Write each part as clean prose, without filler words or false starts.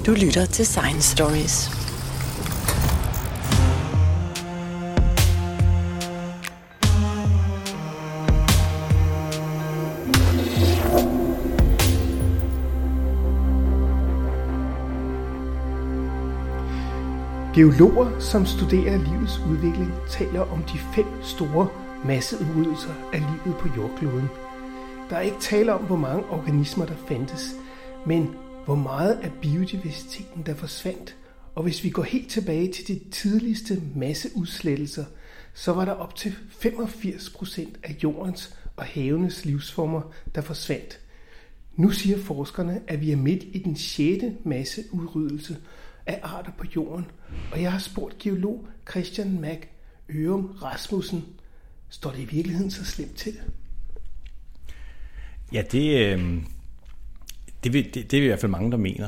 Du lytter til Science Stories. Geologer, som studerer livets udvikling, taler om de 5 store masseudryddelser af livet på jordkloden. Der er ikke tale om, hvor mange organismer der fandtes, men hvor meget af biodiversiteten der forsvandt. Og hvis vi går helt tilbage til de tidligste masseudslettelser, så var der op til 85% af jordens og havenes livsformer, der forsvandt. Nu siger forskerne, at vi er midt i den 6. masseudryddelse af arter på jorden, og jeg har spurgt geolog Christian Mac Ørum Rasmussen, står det i virkeligheden så slemt til? Ja, det er i hvert fald mange, der mener.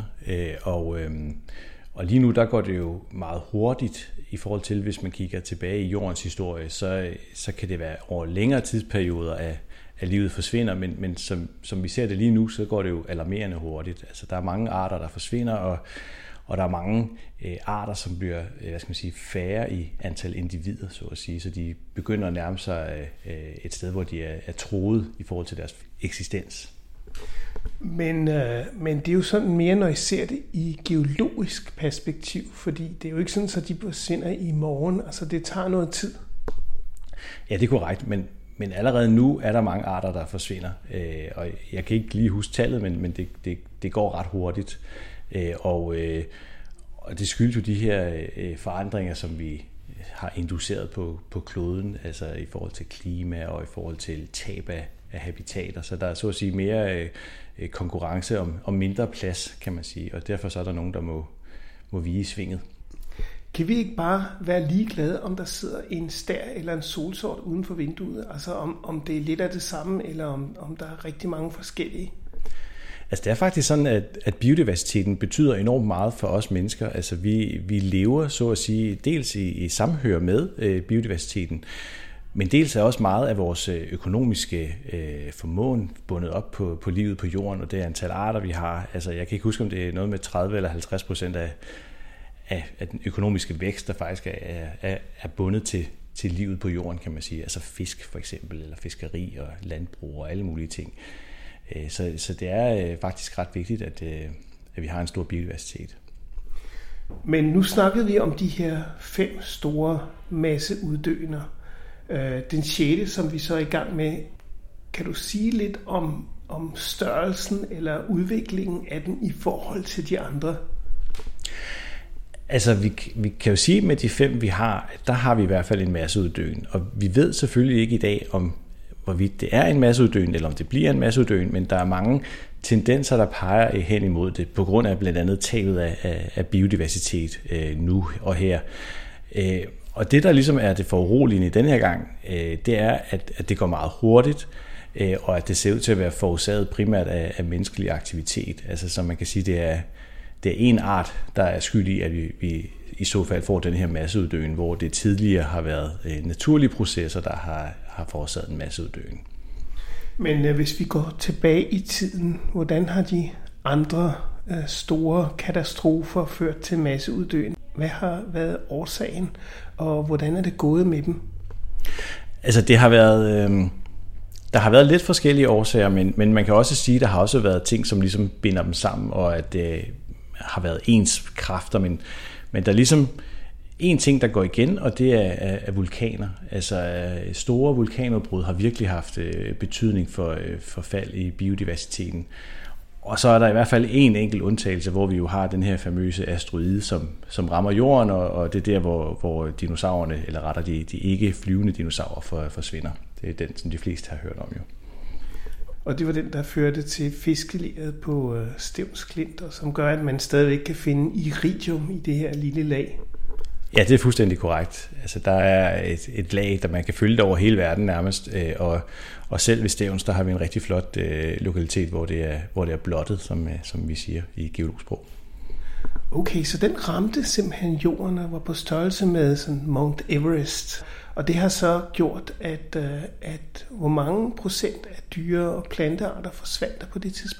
Og lige nu, der går det jo meget hurtigt i forhold til, hvis man kigger tilbage i jordens historie, så kan det være over længere tidsperioder, at livet forsvinder, men som vi ser det lige nu, så går det jo alarmerende hurtigt. Altså, der er mange arter, der forsvinder, og der er mange arter, som bliver færre i antal individer, så at sige. Så de begynder at nærme sig et sted, hvor de er truet i forhold til deres eksistens. Men det er jo sådan mere, når I ser det i geologisk perspektiv, fordi det er jo ikke sådan, at de forsvinder i morgen. Altså det tager noget tid. Ja, det er korrekt, men allerede nu er der mange arter, der forsvinder. Og jeg kan ikke lige huske tallet, men det går ret hurtigt. Og det skyldes jo de her forandringer, som vi har induceret på kloden, altså i forhold til klima og i forhold til tab af habitater. Så der er så at sige mere konkurrence om mindre plads, kan man sige, og derfor så er der nogen, der må vige svinget. Kan vi ikke bare være ligeglade, om der sidder en stær eller en solsort uden for vinduet? Altså om det er lidt af det samme, eller om der er rigtig mange forskellige? Altså det er faktisk sådan, at biodiversiteten betyder enormt meget for os mennesker. Altså vi lever, så at sige, dels i samhør med biodiversiteten, men dels er også meget af vores økonomiske formåen bundet op på livet på jorden, og det antal arter, vi har. Altså jeg kan ikke huske, om det er noget med 30 eller 50% af den økonomiske vækst, der faktisk er bundet til livet på jorden, kan man sige. Altså fisk for eksempel, eller fiskeri og landbrug og alle mulige ting. Så det er faktisk ret vigtigt, at vi har en stor biodiversitet. Men nu snakkede vi om de her 5 store masseuddøender. Den 6., som vi så er i gang med, kan du sige lidt om størrelsen eller udviklingen af den i forhold til de andre? Altså, vi kan jo sige, at med de 5, vi har, der har vi i hvert fald en masseuddøen. Og vi ved selvfølgelig ikke i dag, hvorvidt det er en masseuddøen, eller om det bliver en masseuddøen, men der er mange tendenser, der peger hen imod det, på grund af blandt andet tabet af biodiversitet nu og her. Og det, der ligesom er det foruroligende i denne her gang, det er, at det går meget hurtigt, og at det ser ud til at være forårsaget primært af menneskelig aktivitet. Altså, som man kan sige, det er en art, der er skyld i, at vi i så fald får den her masseuddøen, hvor det tidligere har været naturlige processer, der har forårsaget en masseuddøen. Men hvis vi går tilbage i tiden, hvordan har de andre store katastrofer ført til masseuddøen? Hvad har været årsagen, og hvordan er det gået med dem? Altså det har været... Der har været lidt forskellige årsager, men man kan også sige, at der har også været ting, som ligesom binder dem sammen, og at det har været ens kræfter, men der er ligesom en ting, der går igen, og det er vulkaner. Altså store vulkanudbrud har virkelig haft betydning for fald i biodiversiteten. Og så er der i hvert fald en enkelt undtagelse, hvor vi jo har den her famøse asteroide, som rammer jorden, og det er der, hvor dinosaurerne, eller rettere de ikke flyvende dinosaurer forsvinder. Det er den, som de fleste har hørt om jo. Og det var den, der førte til fiskeleret på Stevns Klint, og som gør, at man stadigvæk kan finde iridium i det her lille lag. Ja, det er fuldstændig korrekt. Altså, der er et lag, der man kan følge det over hele verden nærmest, og selv ved Stevns, der har vi en rigtig flot lokalitet, hvor det er blottet, som vi siger i geologsprog. Okay, så den ramte simpelthen jorden og var på størrelse med sådan Mount Everest. Og det har så gjort, at hvor mange procent af dyre- og plantearter forsvandt der på det tidspunkt?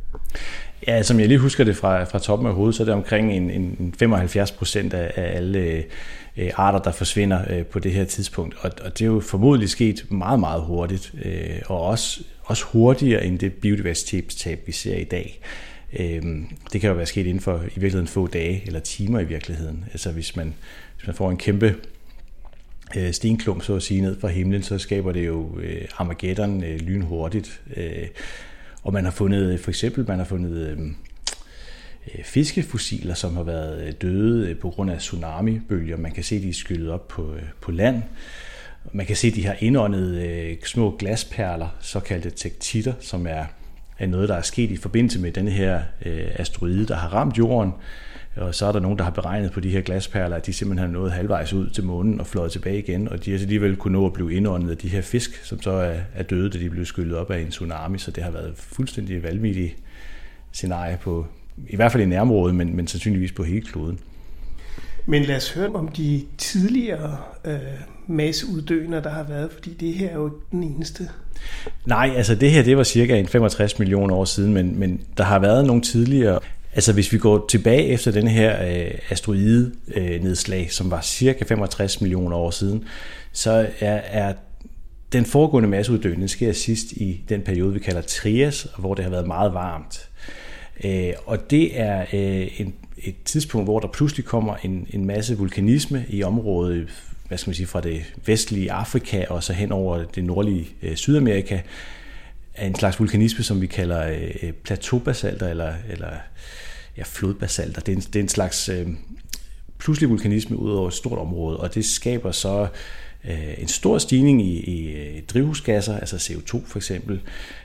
Ja, som jeg lige husker det fra toppen af hovedet, så er det omkring en 75% af alle arter, der forsvinder på det her tidspunkt. Og det er jo formodentlig sket meget, meget hurtigt, og også hurtigere end det biodiversitetstab, vi ser i dag. Det kan jo være sket inden for i virkeligheden få dage eller timer i virkeligheden. Altså hvis man får en kæmpe stenklump, så at sige, ned fra himlen, så skaber det jo Armageddon lynhurtigt. Og man har fundet fiskefossiler, som har været døde på grund af tsunamibølger. Man kan se, de er skyllet op på land. Man kan se, de har indåndet små glasperler, såkaldte tektitter, som er noget, der er sket i forbindelse med denne her asteroide, der har ramt jorden. Og så er der nogen, der har beregnet på de her glasperler, at de simpelthen har nået halvvejs ud til månen og fløjet tilbage igen, og de har alligevel kunne nå at blive indåndet af de her fisk, som så er døde, da de blev skyllet op af en tsunami, så det har været fuldstændig vanvittigt scenarie på, i hvert fald i nærområdet, men sandsynligvis på hele kloden. Men lad os høre om de tidligere masseuddøende, der har været, fordi det her er jo den eneste. Nej, altså det her, det var cirka 65 millioner år siden, men der har været nogle tidligere. Altså hvis vi går tilbage efter den her asteroide-nedslag, som var cirka 65 millioner år siden, så er den foregående masseuddøen, den sker sidst i den periode, vi kalder Trias, hvor det har været meget varmt. Og det er et tidspunkt, hvor der pludselig kommer en masse vulkanisme i området, hvad skal man sige, fra det vestlige Afrika og så hen over det nordlige Sydamerika, af en slags vulkanisme, som vi kalder plateaubasalter eller flodbasalter. Det er en slags pludselig vulkanisme ud over et stort område, og det skaber så en stor stigning i drivhusgasser, altså CO2 for eksempel,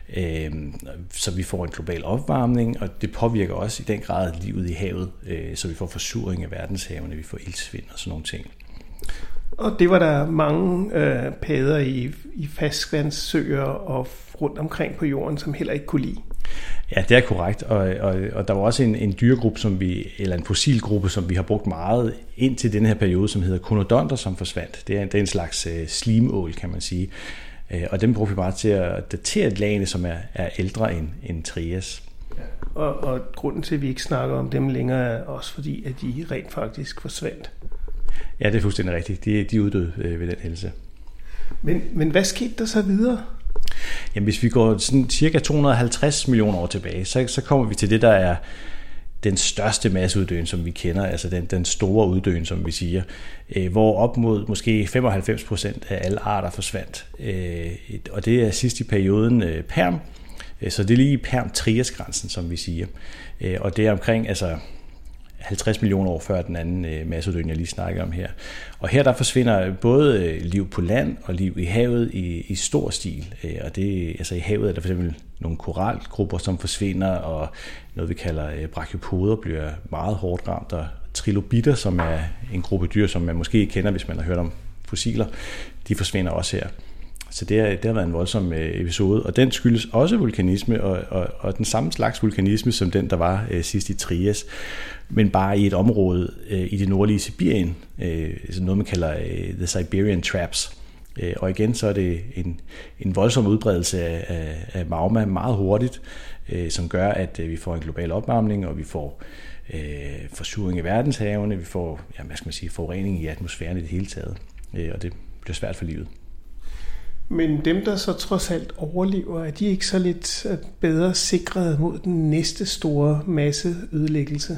så vi får en global opvarmning, og det påvirker også i den grad livet i havet, så vi får forsuring af verdenshavene, vi får iltsvind og sådan nogle ting. Og det var der mange padder i ferskvandssøer og rundt omkring på jorden, som heller ikke kunne lide. Ja, det er korrekt, og der var også en dyregruppe, eller en fossilgruppe, som vi har brugt meget ind til den her periode, som hedder konodonter, som forsvandt. Det er en slags slimål, kan man sige. Og dem bruger vi bare til at datere lagene, som er ældre end Trias. Og grunden til, at vi ikke snakker om dem længere, er også fordi, at de rent faktisk forsvandt. Ja, det er fuldstændig rigtigt. De er uddøde ved den hændelse. Men hvad skete der så videre? Jamen, hvis vi går sådan cirka 250 millioner år tilbage, så kommer vi til det, der er den største masseuddøen, som vi kender, altså den store uddøen, som vi siger, hvor op mod måske 95% af alle arter forsvandt. Og det er sidst i perioden Perm, så det er lige i Perm-Trias-grænsen, som vi siger. Og det er omkring 50 millioner år før den anden masseuddøen, jeg lige snakker om her. Og her der forsvinder både liv på land og liv i havet i stor stil. Og det, altså i havet er der for eksempel nogle koralgrupper, som forsvinder, og noget vi kalder brachiopoder bliver meget hårdt ramt, og trilobitter, som er en gruppe dyr, som man måske kender, hvis man har hørt om fossiler, de forsvinder også her. Så det har været en voldsom episode, og den skyldes også vulkanisme, og den samme slags vulkanisme som den, der var sidst i Trias, men bare i et område i det nordlige Sibirien, noget man kalder The Siberian Traps. Og igen så er det en voldsom udbredelse af magma meget hurtigt, som gør, at vi får en global opvarmning, og vi får forsuring af verdenshavene, vi får forurening i atmosfæren i det hele taget, og det bliver svært for livet. Men dem, der så trods alt overlever, er de ikke så lidt bedre sikret mod den næste store masseødelæggelse?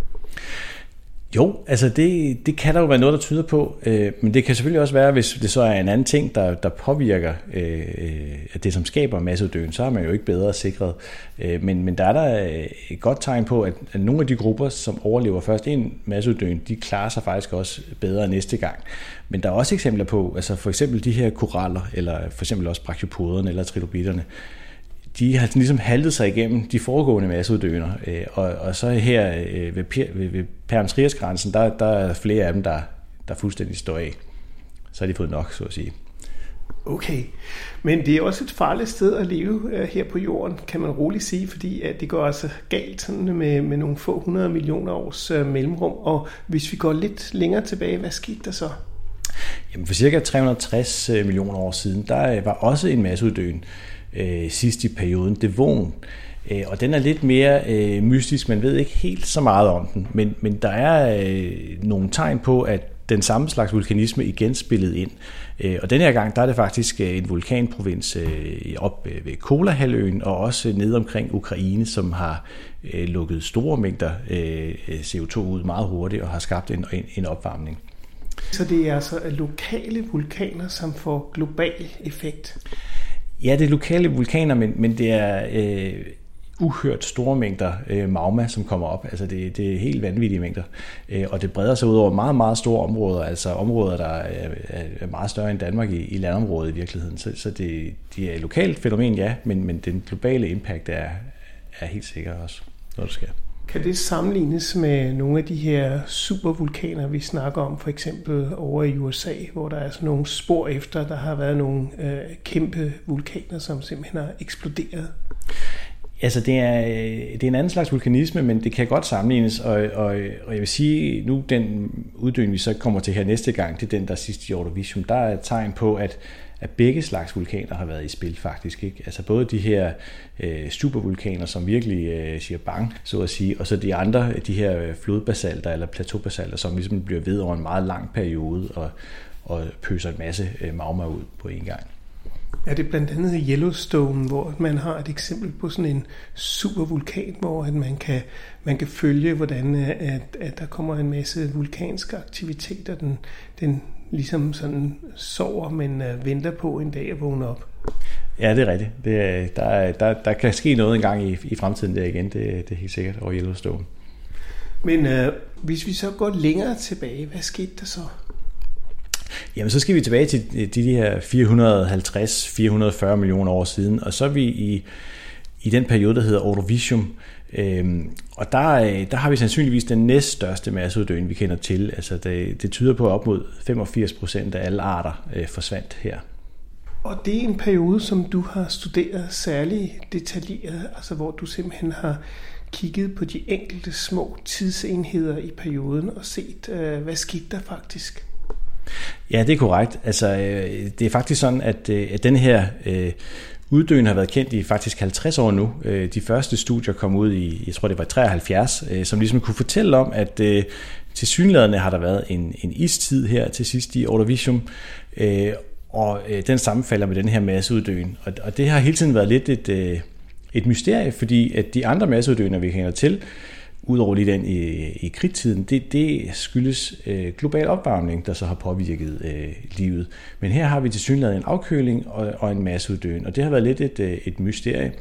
Jo, altså det kan der jo være noget, der tyder på, men det kan selvfølgelig også være, hvis det så er en anden ting, der påvirker det, som skaber masseuddøen, så er man jo ikke bedre sikret. Men der er der et godt tegn på, at nogle af de grupper, som overlever først en masseuddøen, de klarer sig faktisk også bedre næste gang. Men der er også eksempler på, altså for eksempel de her koraller, eller for eksempel også brachiopoderne eller trilobitterne, de har ligesom haltet sig igennem de foregående masseuddøender, og så her ved Perm-Trias-grænsen, der er flere af dem, der fuldstændig står af. Så har de fået nok, så at sige. Okay, men det er også et farligt sted at leve her på jorden, kan man roligt sige, fordi at det går altså galt sådan med nogle få 100 millioner års mellemrum, og hvis vi går lidt længere tilbage, hvad skete der så? Jamen for cirka 360 millioner år siden, der var også en masseuddøen sidst i perioden Devon, Og den er lidt mere mystisk, man ved ikke helt så meget om den, men der er nogle tegn på, at den samme slags vulkanisme igen spillede ind. Og denne her gang, der er det faktisk en vulkanprovins op ved Kolahalvøen, og også nede omkring Ukraine, som har lukket store mængder CO2 ud meget hurtigt og har skabt en opvarmning. Så det er altså lokale vulkaner, som får global effekt? Ja, det er lokale vulkaner, men det er uhørt store mængder magma, som kommer op. Altså det er helt vanvittige mængder. Og det breder sig ud over meget, meget store områder, altså områder, der er meget større end Danmark i landområdet i virkeligheden. Så det er et lokalt fænomen, ja, men den globale impact er helt sikkert også, når det sker. Kan det sammenlignes med nogle af de her supervulkaner, vi snakker om, for eksempel over i USA, hvor der er sådan nogle spor efter, der har været nogle kæmpe vulkaner, som simpelthen har eksploderet? Altså det er en anden slags vulkanisme, men det kan godt sammenlignes, og jeg vil sige, nu den uddøen, vi så kommer til her næste gang, det er den, der sidst i Ordovicium, der er et tegn på, at begge slags vulkaner har været i spil faktisk, ikke? Altså både de her supervulkaner, som virkelig siger bang, så at sige, og så de andre, de her flodbasalter eller plateaubasalter, som ligesom bliver ved over en meget lang periode og pøser en masse magma ud på en gang. Er det blandt andet i Yellowstone, hvor man har et eksempel på sådan en supervulkan, hvor at man kan følge, hvordan at der kommer en masse vulkanske aktiviteter. Den ligesom sådan sover, men venter på en dag at vågne op. Ja, det er rigtigt. Der kan ske noget engang i fremtiden der igen, det er helt sikkert over Yellowstone. Men hvis vi så går længere tilbage, hvad skete der så? Jamen, så skal vi tilbage til de her 450-440 millioner år siden, og så er vi i den periode, der hedder Ordovicium, og der har vi sandsynligvis den næststørste masseuddøen, vi kender til. Altså det tyder på, at op mod 85% af alle arter forsvandt her. Og det er en periode, som du har studeret særligt detaljeret, altså hvor du simpelthen har kigget på de enkelte små tidsenheder i perioden og set, hvad skete der faktisk? Ja, det er korrekt. Altså, det er faktisk sådan, at den her uddøen har været kendt i faktisk 50 år nu. De første studier kom ud i, jeg tror det var 73, som ligesom kunne fortælle om, at tilsyneladende har der været en istid her til sidst i Ordovicium, og den sammenfalder med den her masseuddøen. Og det har hele tiden været lidt et mysterie, fordi at de andre masseuddøner, vi kender til, udover lige den i kridttiden, det skyldes global opvarmning, der så har påvirket livet. Men her har vi tilsyneladende en afkøling og en masseuddøen, og det har været lidt et mysterie.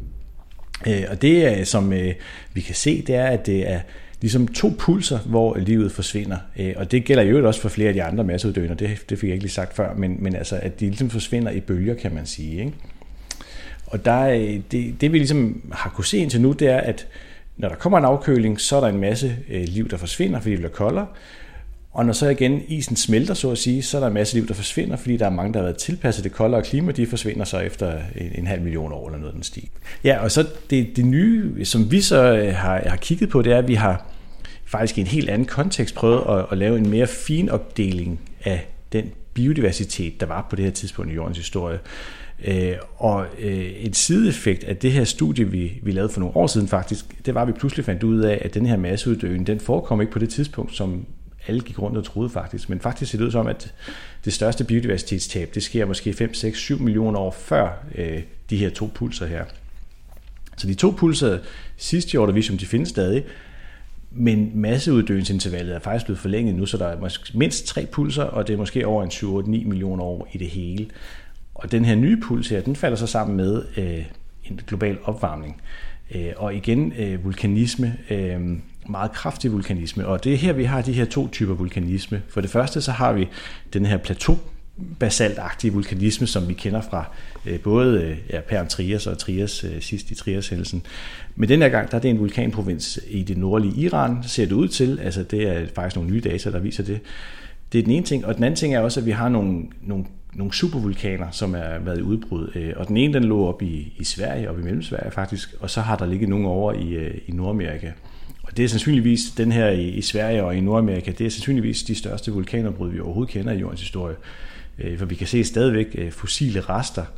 Og det, som vi kan se, det er, at det er ligesom 2 pulser, hvor livet forsvinder. Og det gælder jo også for flere af de andre masseuddøner, det fik jeg ikke lige sagt før, men altså, at de ligesom forsvinder i bølger, kan man sige, ikke? Og det vi ligesom har kunne se indtil nu, det er, at når der kommer en afkøling, så er der en masse liv, der forsvinder, fordi det bliver koldere. Og når så igen isen smelter, så at sige, så er der en masse liv, der forsvinder, fordi der er mange, der har været tilpasset det koldere klima, de forsvinder så efter en halv million år eller noget den stil. Ja, og så det nye, som vi så har kigget på, det er, at vi har faktisk i en helt anden kontekst prøvet at lave en mere fin opdeling af den biodiversitet, der var på det her tidspunkt i jordens historie. Og et sideeffekt af det her studie, vi lavede for nogle år siden faktisk, det var, at vi pludselig fandt ud af, at den her masseuddøen, den forekom ikke på det tidspunkt, som alle gik rundt og troede faktisk. Men faktisk ser det ud som, at det største biodiversitetstab, det sker måske 5, 6, 7 millioner år før de her 2 pulser her. Så de 2 pulser sidst i Ordovicium, de findes stadig, men masseuddøensintervallet er faktisk blevet forlænget nu, så der er mindst 3 pulser, og det er måske over en 7-8-9 millioner år i det hele. Og den her nye puls her, den falder så sammen med en global opvarmning. Og igen vulkanisme, meget kraftig vulkanisme. Og det er her, vi har de her 2 typer vulkanisme. For det første så har vi den her plateaubasaltagtige vulkanisme, som vi kender fra både Perm Trias og Trias sidst i Triashændelsen. Men den her gang, der er det en vulkanprovins i det nordlige Iran, ser det ud til. Altså det er faktisk nogle nye data, der viser det. Det er den ene ting. Og den anden ting er også, at vi har nogle supervulkaner, som er været i udbrud. Og den ene, den lå op i Sverige, op i Mellemsverige faktisk, og så har der ligget nogle over i Nordamerika. Og det er sandsynligvis, den her i Sverige og i Nordamerika, det er sandsynligvis de største vulkanudbrud, vi overhovedet kender i jordens historie. For vi kan se stadigvæk fossile rester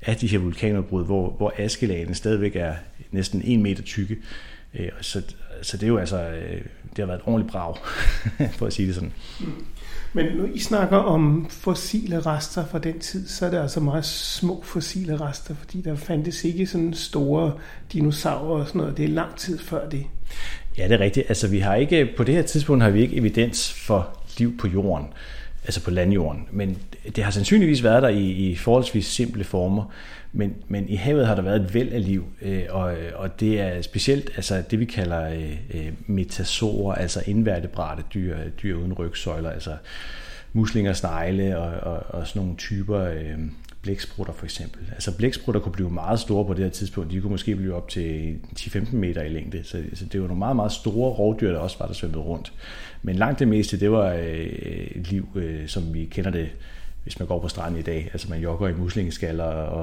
af de her vulkanudbrud, hvor askelagene stadigvæk er næsten 1 meter tykke. Så det er jo altså, det har været et ordentligt brag, for at sige det sådan. Men når I snakker om fossile rester fra den tid, så er det altså meget små fossile rester, fordi der fandtes ikke sådan store dinosaurer og sådan noget. Det er lang tid før det. Ja, det er rigtigt. Altså vi har ikke, på det her tidspunkt har vi ikke evidens for liv på jorden, altså på landjorden. Men det har sandsynligvis været der i forholdsvis simple former. Men i havet har der været et væld af liv, og det er specielt altså det, vi kalder metazoer, altså invertebrate dyr uden rygsøjler, altså muslinger, snegle og sådan nogle typer blæksprutter for eksempel. Altså blæksprutter kunne blive meget store på det her tidspunkt. De kunne måske blive op til 10-15 meter i længde. Så det var nogle meget, meget store rovdyr, der også var der svømmede rundt. Men langt det meste, det var et liv, som vi kender det, hvis man går på stranden i dag. Altså man jogger i muslingeskaller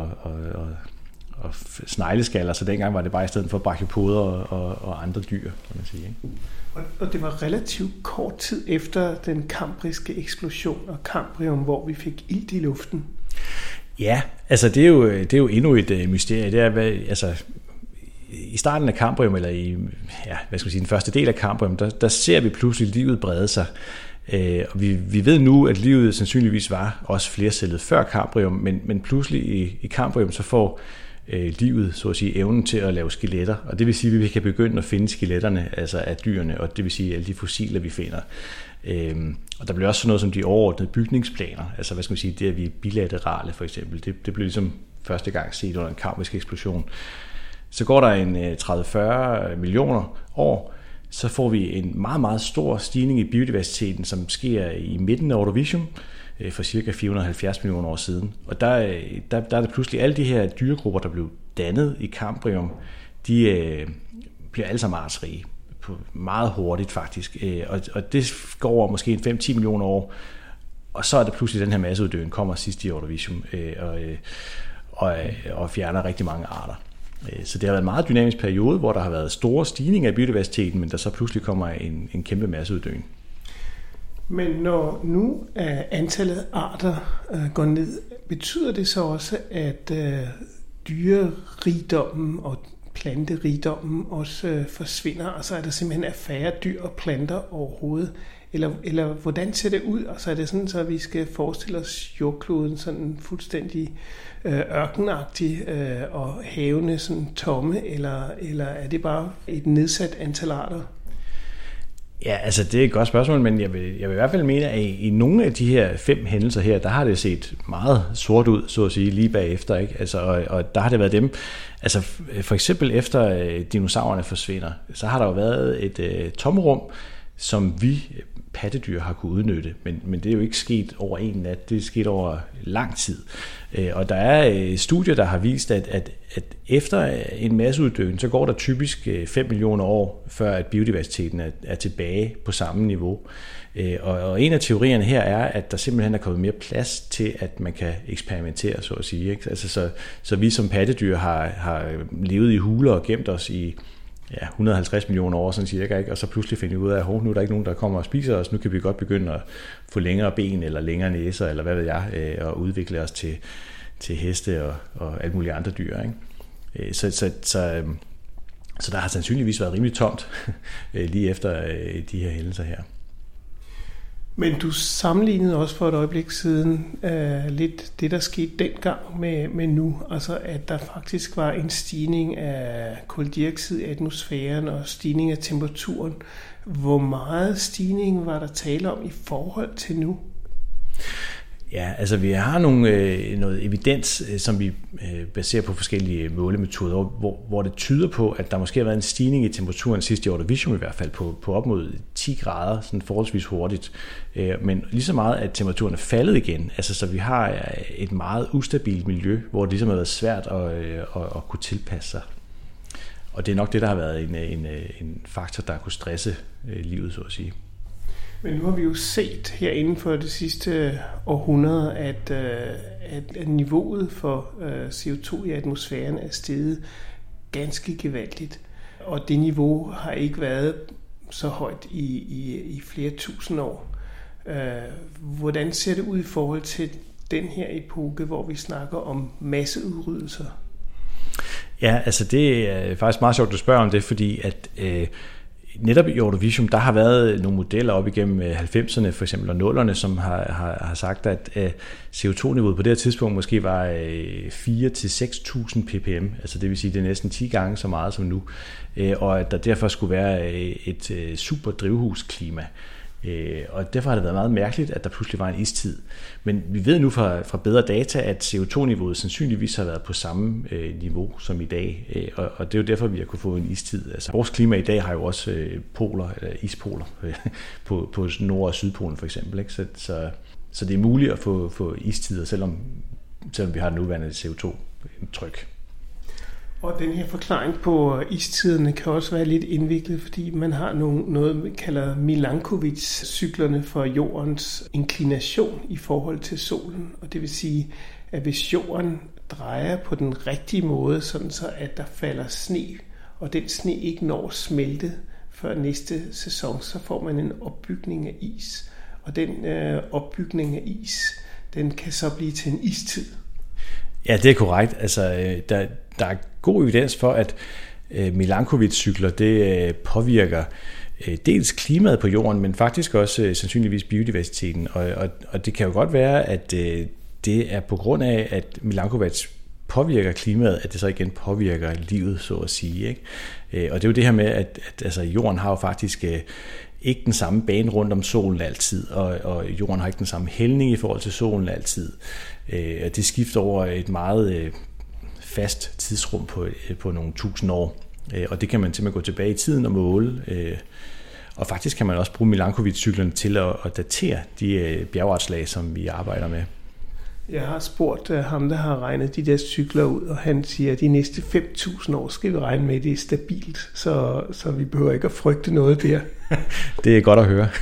og snegleskaller, så dengang var det bare i stedet for brachiopoder og andre dyr, kan man sige. Ikke? Og det var relativt kort tid efter den kambriske eksplosion og Kambrium, hvor vi fik ilt i luften. Ja, altså det er jo endnu et mysterie. Det er, altså i starten af Kambrium, eller i den første del af Kambrium, der ser vi pludselig livet brede sig. Og vi ved nu, at livet sandsynligvis var også flercellet før Kambrium, men pludselig i Kambrium så får livet, så at sige, evnen til at lave skeletter. Og det vil sige, at vi kan begynde at finde skeletterne, altså af dyrene, og det vil sige alle de fossiler, vi finder. Og der bliver også sådan noget som de overordnede bygningsplaner, altså hvad skal man sige, det at vi er bilaterale for eksempel, det blev ligesom første gang set under en kambrisk eksplosion. Så går der en 30-40 millioner år, så får vi en meget, meget stor stigning i biodiversiteten, som sker i midten af Ordovicium for cirka 470 millioner år siden. Og der er det pludselig alle de her dyregrupper, der blev dannet i Kambrium, de bliver alle sammen artsrige. Meget hurtigt faktisk, og det går over måske 5-10 millioner år, og så er det pludselig den her masseuddøen kommer sidst i Ordovicium og fjerner rigtig mange arter. Så det har været en meget dynamisk periode, hvor der har været store stigninger i biodiversiteten, men der så pludselig kommer en kæmpe masseuddøen. Men når nu antallet af arter går ned, betyder det så også, at dyrerigdommen og planterigdommen også forsvinder? Altså er der simpelthen færre dyr og planter overhovedet? Eller hvordan ser det ud? Altså er det sådan, så vi skal forestille os jordkloden sådan fuldstændig ørkenagtig og havene sådan tomme? Eller er det bare et nedsat antal arter? Ja, altså det er et godt spørgsmål, men jeg vil i hvert fald mene, at i nogle af de her 5 hændelser her, der har det set meget sort ud, så at sige, lige bagefter, ikke? Altså, og der har det været dem, altså for eksempel efter dinosaurerne forsvinder, så har der jo været et tomrum, som vi pattedyr har kunne udnytte, men det er jo ikke sket over en nat, det er sket over lang tid. Og der er studier, der har vist, at efter en masseuddøen, så går der typisk 5 millioner år, før at biodiversiteten er tilbage på samme niveau. Og en af teorierne her er, at der simpelthen er kommet mere plads til, at man kan eksperimentere, så at sige. Ikke? Altså, så vi som pattedyr har levet i huler og gemt os i 150 millioner år, sådan cirka, ikke? Og så pludselig finder vi ud af, at nu er der ikke nogen, der kommer og spiser os, nu kan vi godt begynde at få længere ben, eller længere næser, eller hvad ved jeg, og udvikle os til heste og alle mulige andre dyr, ikke? Så der har sandsynligvis været rimelig tomt lige efter de her hændelser her. Men du sammenlignede også for et øjeblik siden lidt det, der skete dengang med nu. Altså at der faktisk var en stigning af kuldioxid i atmosfæren og stigning af temperaturen. Hvor meget stigning var der tale om i forhold til nu? Ja, altså vi har noget evidens, som vi baserer på forskellige målemetoder, hvor det tyder på, at der måske har været en stigning i temperaturen sidst i Ordovicium i hvert fald på op mod 10 grader, sådan forholdsvis hurtigt. Men lige så meget, at temperaturen er faldet igen, altså så vi har et meget ustabilt miljø, hvor det ligesom har været svært at kunne tilpasse sig. Og det er nok det, der har været en faktor, der kunne stresse livet, så at sige. Men nu har vi jo set her inden for det sidste århundrede, at niveauet for CO2 i atmosfæren er steget ganske gevaldigt. Og det niveau har ikke været så højt i flere tusind år. Hvordan ser det ud i forhold til den her epoke, hvor vi snakker om masseudryddelser? Ja, altså det er faktisk meget sjovt, du spørger om det, fordi at netop i Ordovicium, der har været nogle modeller op igennem 90'erne for eksempel og 0'erne, som har sagt, at CO2-niveauet på det her tidspunkt måske var 4.000-6.000 ppm, altså det vil sige, det er næsten 10 gange så meget som nu, og at der derfor skulle være et super drivhusklima. Og derfor har det været meget mærkeligt, at der pludselig var en istid. Men vi ved nu fra bedre data, at CO2-niveauet sandsynligvis har været på samme niveau som i dag. Og det er jo derfor, vi har kunnet få en istid. Altså, vores klima i dag har jo også poler, eller ispoler på Nord- og Sydpolen for eksempel. Ikke? Så det er muligt at få istider, selvom vi har det nuværende CO2-tryk. Og den her forklaring på istiderne kan også være lidt indviklet, fordi man har noget, man kalder Milankovitch-cyklerne for jordens inklination i forhold til solen. Og det vil sige, at hvis jorden drejer på den rigtige måde, sådan så at der falder sne, og den sne ikke når at smelte før næste sæson, så får man en opbygning af is. Og den opbygning af is, den kan så blive til en istid. Ja, det er korrekt. Altså, der er god evidens for, at Milankovitch-cykler det påvirker dels klimaet på jorden, men faktisk også sandsynligvis biodiversiteten. Og det kan jo godt være, at det er på grund af, at Milankovitch påvirker klimaet, at det så igen påvirker livet, så at sige. Ikke? Og det er jo det her med, at altså, jorden har jo faktisk ikke den samme bane rundt om solen altid, og jorden har ikke den samme hældning i forhold til solen altid. Og det skifter over et meget fast tidsrum på nogle 1000 år. Og det kan man simpelthen gå tilbage i tiden og måle. Og faktisk kan man også bruge Milankovitch-cyklerne til at datere de bjergartslag, som vi arbejder med. Jeg har spurgt ham, der har regnet de der cykler ud, og han siger, at de næste 5.000 år skal vi regne med, at det er stabilt, så vi behøver ikke at frygte noget der. Det er godt at høre.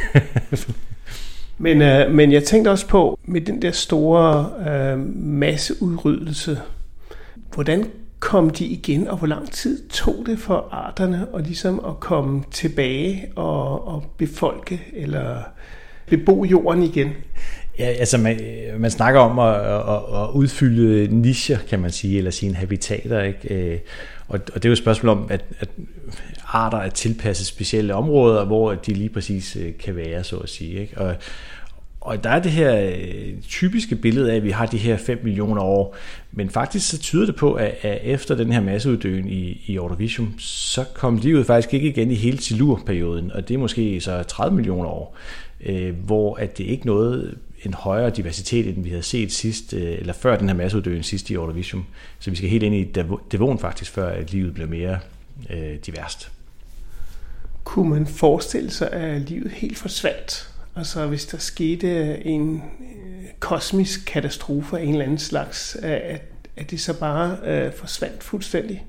Men jeg tænkte også på, med den der store masseudryddelse, hvordan kom de igen, og hvor lang tid tog det for arterne og ligesom at komme tilbage og befolke eller bebo jorden igen? Ja, altså man snakker om at udfylde nicher, kan man sige, eller sine habitater, ikke? Og det er jo et spørgsmål om, at arter er tilpasset specielle områder, hvor de lige præcis kan være, så at sige, ikke? Og der er det her typiske billede af, at vi har de her 5 millioner år, men faktisk så tyder det på, at efter den her masseuddøen i Ordovicium, så kom livet faktisk ikke igen i hele Silurperioden, og det er måske så 30 millioner år, hvor at det ikke nåede en højere diversitet, end vi havde set sidst, eller før den her masseuddøen sidst i Ordovicium. Så vi skal helt ind i Devon faktisk, før at livet blev mere diverst. Kunne man forestille sig, at livet helt forsvandt? Altså hvis der skete en kosmisk katastrofe af en eller anden slags, at det så bare forsvandt fuldstændig?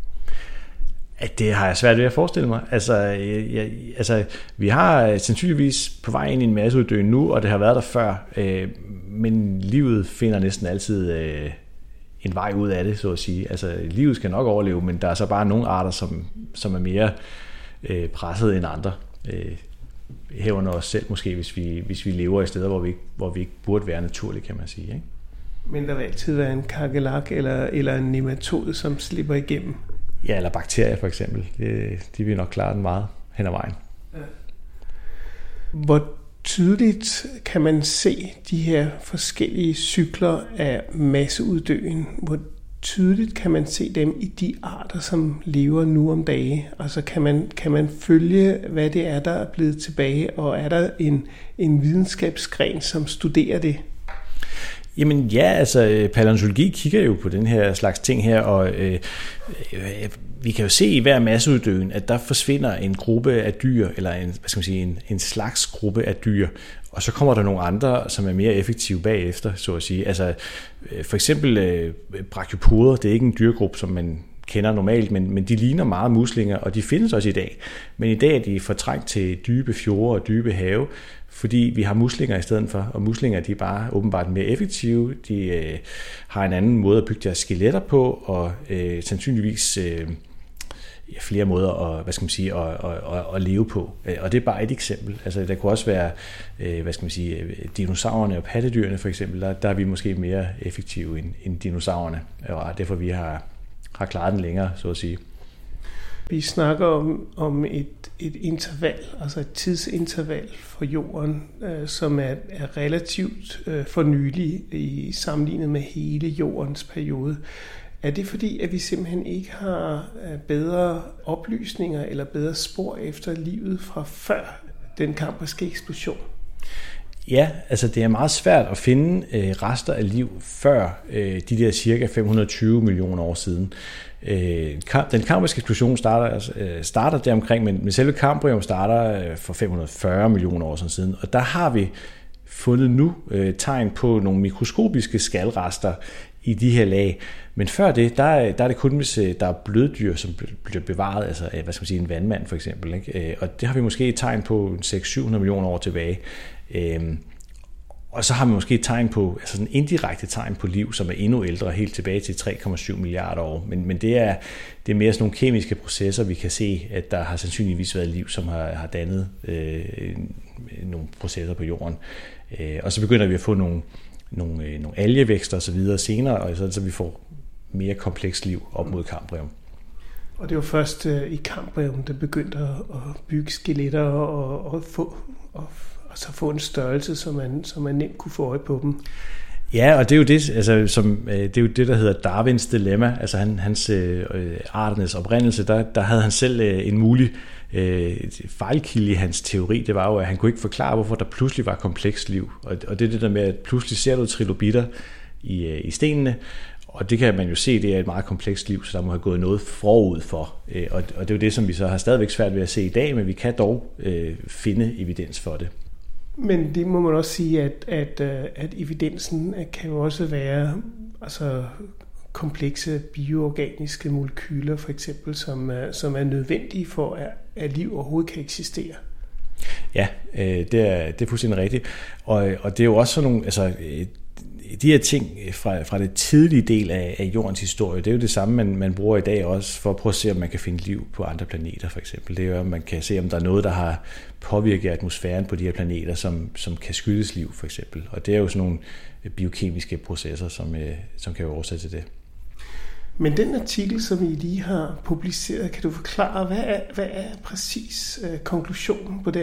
At det har jeg svært ved at forestille mig. Altså, vi har sandsynligvis på vej ind i en masseuddøen nu, og det har været der før, men livet finder næsten altid en vej ud af det, så at sige. Altså, livet skal nok overleve, men der er så bare nogle arter, som er mere presset end andre. Herunder os selv måske, hvis vi lever i steder, hvor vi ikke burde være naturligt, kan man sige. Ikke? Men der vil altid være en kakerlak eller en nematode, som slipper igennem. Ja, eller bakterier for eksempel. De vil nok klare den meget hen ad vejen. Ja. Hvor tydeligt kan man se de her forskellige cykler af masseuddøen? Hvor tydeligt kan man se dem i de arter, som lever nu om dage? Altså kan man følge, hvad det er, der er blevet tilbage, og er der en videnskabsgren, som studerer det? Jamen ja, altså palæontologi kigger jo på den her slags ting her, og vi kan jo se i hver masseuddøen, at der forsvinder en gruppe af dyr, eller en slags gruppe af dyr, og så kommer der nogle andre, som er mere effektive bagefter, så at sige. Altså for eksempel brachiopoder, det er ikke en dyrgruppe, som man kender normalt, men de ligner meget muslinger, og de findes også i dag. Men i dag er de fortrængt til dybe fjorde og dybe have, fordi vi har muslinger i stedet for, og muslinger de er bare åbenbart mere effektive. De har en anden måde at bygge deres skeletter på, og sandsynligvis flere måder at leve på. Og det er bare et eksempel. Altså, der kunne også være dinosaurerne og pattedyrene for eksempel. Der er vi måske mere effektive end dinosaurerne, og derfor vi har klaret den længere, så at sige. Vi snakker om et interval, altså et tidsinterval for jorden, som er relativt for nylig i sammenlignet med hele jordens periode. Er det fordi, at vi simpelthen ikke har bedre oplysninger eller bedre spor efter livet fra før den kambriske eksplosion? Ja, altså det er meget svært at finde rester af liv før de der cirka 520 millioner år siden. Den kambriske eksplosion starter deromkring, men selve Kambrium starter for 540 millioner år siden. Og der har vi fundet nu tegn på nogle mikroskopiske skalrester i de her lag. Men før det, der er det kun, hvis der er bløddyr, som bliver bevaret, altså en vandmand for eksempel. Ikke? Og det har vi måske et tegn på 600-700 millioner år tilbage. Og så har vi måske et tegn på, altså sådan indirekte tegn på liv, som er endnu ældre, helt tilbage til 3,7 milliarder år. Men det er mere sådan nogle kemiske processer, vi kan se, at der har sandsynligvis været liv, som har dannet nogle processer på jorden. Og så begynder vi at få nogle algevækster og så videre senere, og så vi får mere komplekst liv op mod Kambrium. Og det var først i Kambrium, der begyndte at bygge skeletter og så få en størrelse, så man nemt kunne få øje på dem. Ja, og det er jo det, altså, det er jo det, der hedder Darwins dilemma, altså hans arternes oprindelse, der havde han selv en mulig fejlkilde i hans teori. Det var jo, at han kunne ikke forklare, hvorfor der pludselig var komplekst liv. Og det er det der med, at pludselig ser du trilobitter i stenene, og det kan man jo se, det er et meget komplekst liv, så der må have gået noget forud for. Og det er jo det, som vi så har stadigvæk svært ved at se i dag, men vi kan dog finde evidens for det. Men det må man også sige, at evidensen kan jo også være altså komplekse bioorganiske molekyler, for eksempel, som er nødvendige for, at liv overhovedet kan eksistere. Ja, det er fuldstændig rigtigt. Og det er jo også sådan nogle, altså de her ting fra det tidlige del af jordens historie, det er jo det samme, man bruger i dag også for at prøve at se, om man kan finde liv på andre planeter, for eksempel. Det er jo, at man kan se, om der er noget, der har påvirket atmosfæren på de her planeter, som kan skyldes liv, for eksempel. Og det er jo sådan nogle biokemiske processer, som kan oversætte til det. Men den artikel, som I lige har publiceret, kan du forklare, hvad er præcis konklusionen på den?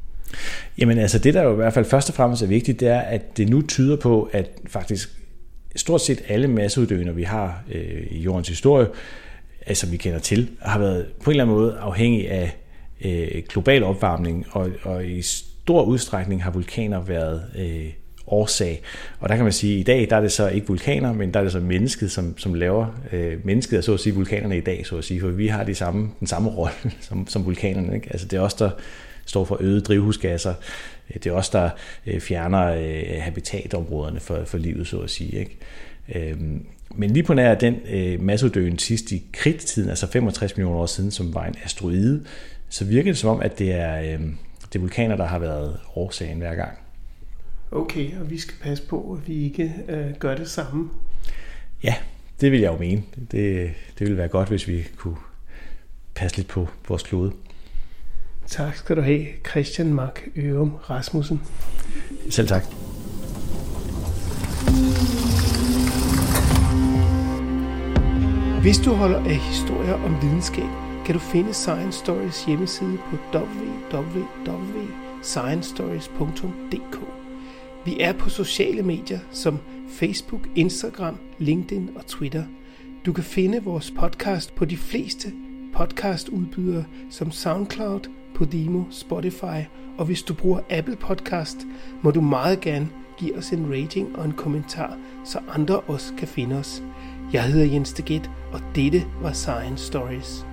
Jamen altså det, der jo i hvert fald først og fremmest er vigtigt, det er, at det nu tyder på, at faktisk stort set alle masseuddøende, vi har i jordens historie, altså vi kender til, har været på en eller anden måde afhængig af global opvarmning, og i stor udstrækning har vulkaner været årsag. Og der kan man sige, at i dag der er det så ikke vulkaner, men der er det så mennesket, som laver mennesket, er så at sige vulkanerne i dag, så at sige, for vi har den samme rolle som vulkanerne. Ikke? Altså det er også der står for øgede drivhusgasser. Det er også der fjerner habitatområderne for livet, så at sige. Ikke? Men lige på nær den masseuddøen sidst i kridttiden, altså 65 millioner år siden, som var en asteroide, så virker det som om, at det er vulkaner, der har været årsagen hver gang. Okay, og vi skal passe på, at vi ikke gør det samme. Ja, det vil jeg jo mene. Det ville være godt, hvis vi kunne passe lidt på vores klode. Tak skal du have, Christian Mach Ørum Rasmussen. Selv tak. Hvis du holder af historier om videnskab, kan du finde Science Stories hjemmeside på www.sciencestories.dk. Vi er på sociale medier som Facebook, Instagram, LinkedIn og Twitter. Du kan finde vores podcast på de fleste podcastudbydere som SoundCloud, Podimo, Spotify, og hvis du bruger Apple Podcast, må du meget gerne give os en rating og en kommentar, så andre også kan finde os. Jeg hedder Jens de Get, og dette var Science Stories.